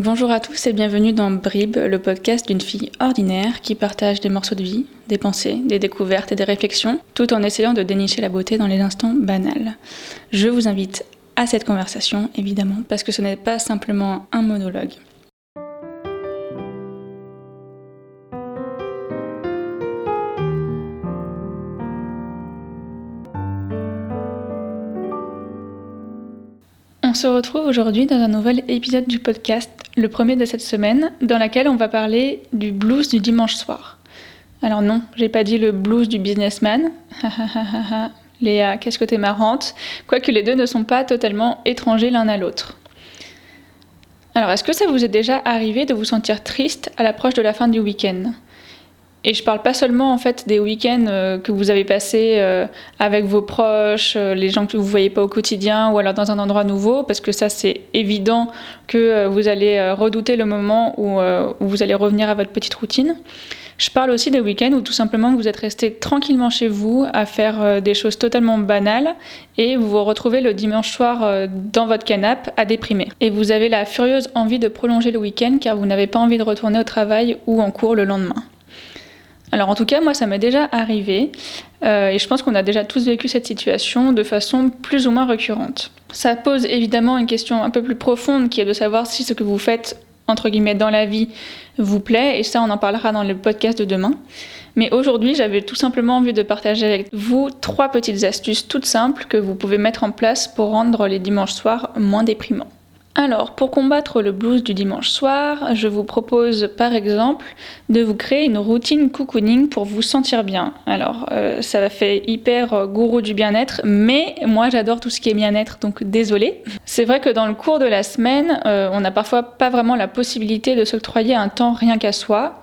Bonjour à tous et bienvenue dans Bribes, le podcast d'une fille ordinaire qui partage des morceaux de vie, des pensées, des découvertes et des réflexions, tout en essayant de dénicher la beauté dans les instants banals. Je vous invite à cette conversation, évidemment, parce que ce n'est pas simplement un monologue. On se retrouve aujourd'hui dans un nouvel épisode du podcast, le premier de cette semaine, dans lequel on va parler du blues du dimanche soir. Alors non, j'ai pas dit le blues du businessman. Léa, qu'est-ce que t'es marrante. Quoique les deux ne sont pas totalement étrangers l'un à l'autre. Alors, est-ce que ça vous est déjà arrivé de vous sentir triste à l'approche de la fin du week-end ? Et je parle pas seulement en fait des week-ends que vous avez passés avec vos proches, les gens que vous voyez pas au quotidien ou alors dans un endroit nouveau, parce que ça c'est évident que vous allez redouter le moment où vous allez revenir à votre petite routine. Je parle aussi des week-ends où tout simplement vous êtes resté tranquillement chez vous à faire des choses totalement banales et vous vous retrouvez le dimanche soir dans votre canapé à déprimer. Et vous avez la furieuse envie de prolonger le week-end car vous n'avez pas envie de retourner au travail ou en cours le lendemain. Alors en tout cas, moi ça m'est déjà arrivé et je pense qu'on a déjà tous vécu cette situation de façon plus ou moins récurrente. Ça pose évidemment une question un peu plus profonde qui est de savoir si ce que vous faites entre guillemets dans la vie vous plaît et ça on en parlera dans le podcast de demain. Mais aujourd'hui j'avais tout simplement envie de partager avec vous 3 petites astuces toutes simples que vous pouvez mettre en place pour rendre les dimanches soirs moins déprimants. Alors, pour combattre le blues du dimanche soir, je vous propose par exemple de vous créer une routine cocooning pour vous sentir bien. Alors, ça fait hyper gourou du bien-être, mais moi j'adore tout ce qui est bien-être, donc désolée. C'est vrai que dans le cours de la semaine, on n'a parfois pas vraiment la possibilité de s'octroyer un temps rien qu'à soi.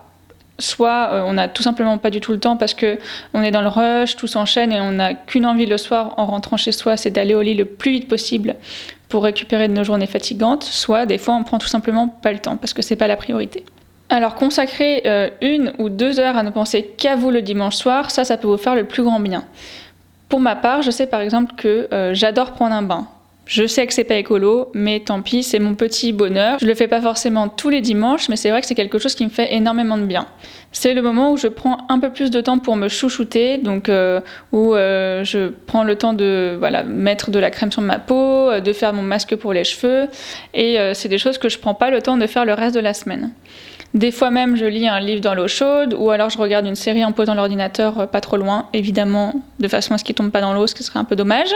Soit on n'a tout simplement pas du tout le temps parce que on est dans le rush, tout s'enchaîne et on n'a qu'une envie le soir en rentrant chez soi, c'est d'aller au lit le plus vite possible pour récupérer de nos journées fatigantes. Soit des fois on prend tout simplement pas le temps parce que c'est pas la priorité. Alors consacrer 1 ou 2 heures à ne penser qu'à vous le dimanche soir, ça peut vous faire le plus grand bien. Pour ma part, je sais par exemple que j'adore prendre un bain. Je sais que c'est pas écolo, mais tant pis, c'est mon petit bonheur. Je le fais pas forcément tous les dimanches, mais c'est vrai que c'est quelque chose qui me fait énormément de bien. C'est le moment où je prends un peu plus de temps pour me chouchouter, donc où je prends le temps de mettre de la crème sur ma peau, de faire mon masque pour les cheveux, et c'est des choses que je prends pas le temps de faire le reste de la semaine. Des fois même, je lis un livre dans l'eau chaude, ou alors je regarde une série en posant l'ordinateur pas trop loin, évidemment, de façon à ce qu'il tombe pas dans l'eau, ce qui serait un peu dommage.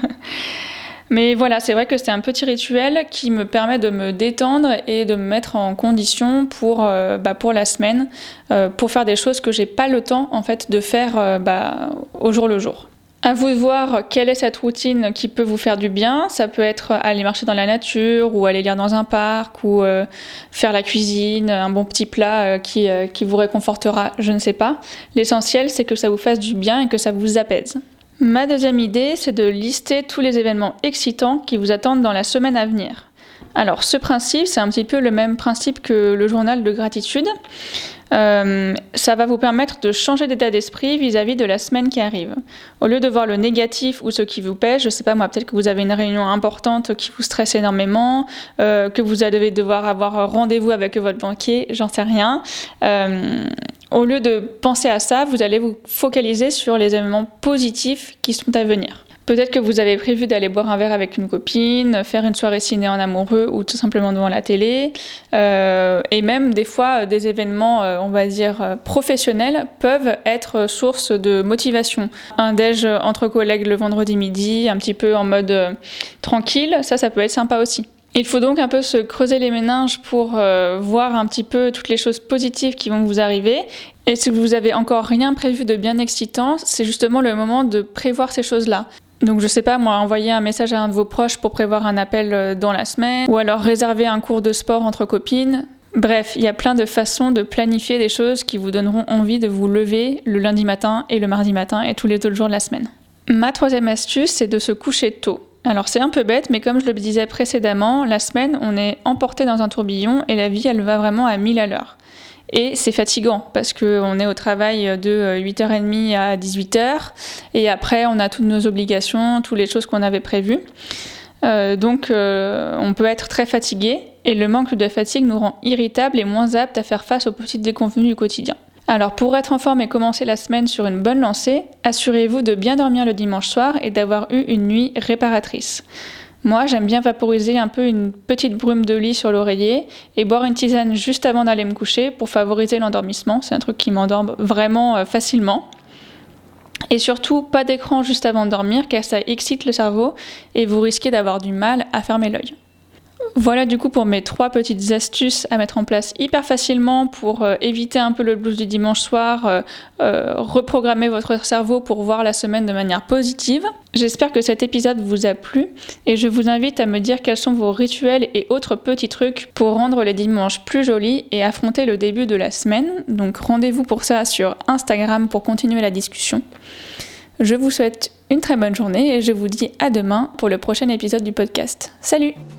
Mais voilà, c'est vrai que c'est un petit rituel qui me permet de me détendre et de me mettre en condition pour la semaine, pour faire des choses que j'ai pas le temps en fait de faire au jour le jour. À vous de voir quelle est cette routine qui peut vous faire du bien. Ça peut être aller marcher dans la nature ou aller lire dans un parc ou faire la cuisine, un bon petit plat qui vous réconfortera, je ne sais pas. L'essentiel, c'est que ça vous fasse du bien et que ça vous apaise. Ma deuxième idée, c'est de lister tous les événements excitants qui vous attendent dans la semaine à venir. Alors, ce principe, c'est un petit peu le même principe que le journal de gratitude. Ça va vous permettre de changer d'état d'esprit vis-à-vis de la semaine qui arrive. Au lieu de voir le négatif ou ce qui vous pèse, je sais pas moi, peut-être que vous avez une réunion importante qui vous stresse énormément, que vous devez devoir avoir rendez-vous avec votre banquier, j'en sais rien. Au lieu de penser à ça, vous allez vous focaliser sur les événements positifs qui sont à venir. Peut-être que vous avez prévu d'aller boire un verre avec une copine, faire une soirée ciné en amoureux ou tout simplement devant la télé. Et même des fois, des événements, professionnels peuvent être source de motivation. Un déj entre collègues le vendredi midi, un petit peu en mode tranquille, ça peut être sympa aussi. Il faut donc un peu se creuser les méninges pour voir un petit peu toutes les choses positives qui vont vous arriver. Et si vous avez encore rien prévu de bien excitant, c'est justement le moment de prévoir ces choses-là. Donc je sais pas moi, envoyer un message à un de vos proches pour prévoir un appel dans la semaine, ou alors réserver un cours de sport entre copines. Bref, il y a plein de façons de planifier des choses qui vous donneront envie de vous lever le lundi matin et le mardi matin et tous les autres jours de la semaine. Ma 3e astuce, c'est de se coucher tôt. Alors c'est un peu bête, mais comme je le disais précédemment, la semaine, on est emporté dans un tourbillon et la vie, elle va vraiment à 1000 à l'heure. Et c'est fatigant parce qu'on est au travail de 8h30 à 18h et après on a toutes nos obligations, toutes les choses qu'on avait prévues. Donc on peut être très fatigué et le manque de fatigue nous rend irritables et moins aptes à faire face aux petites déconvenues du quotidien. Alors pour être en forme et commencer la semaine sur une bonne lancée, assurez-vous de bien dormir le dimanche soir et d'avoir eu une nuit réparatrice. Moi, j'aime bien vaporiser un peu une petite brume de lit sur l'oreiller et boire une tisane juste avant d'aller me coucher pour favoriser l'endormissement. C'est un truc qui m'endort vraiment facilement. Et surtout, pas d'écran juste avant de dormir car ça excite le cerveau et vous risquez d'avoir du mal à fermer l'œil. Voilà du coup pour mes 3 petites astuces à mettre en place hyper facilement pour éviter un peu le blues du dimanche soir, reprogrammer votre cerveau pour voir la semaine de manière positive. J'espère que cet épisode vous a plu et je vous invite à me dire quels sont vos rituels et autres petits trucs pour rendre les dimanches plus jolis et affronter le début de la semaine. Donc rendez-vous pour ça sur Instagram pour continuer la discussion. Je vous souhaite une très bonne journée et je vous dis à demain pour le prochain épisode du podcast. Salut!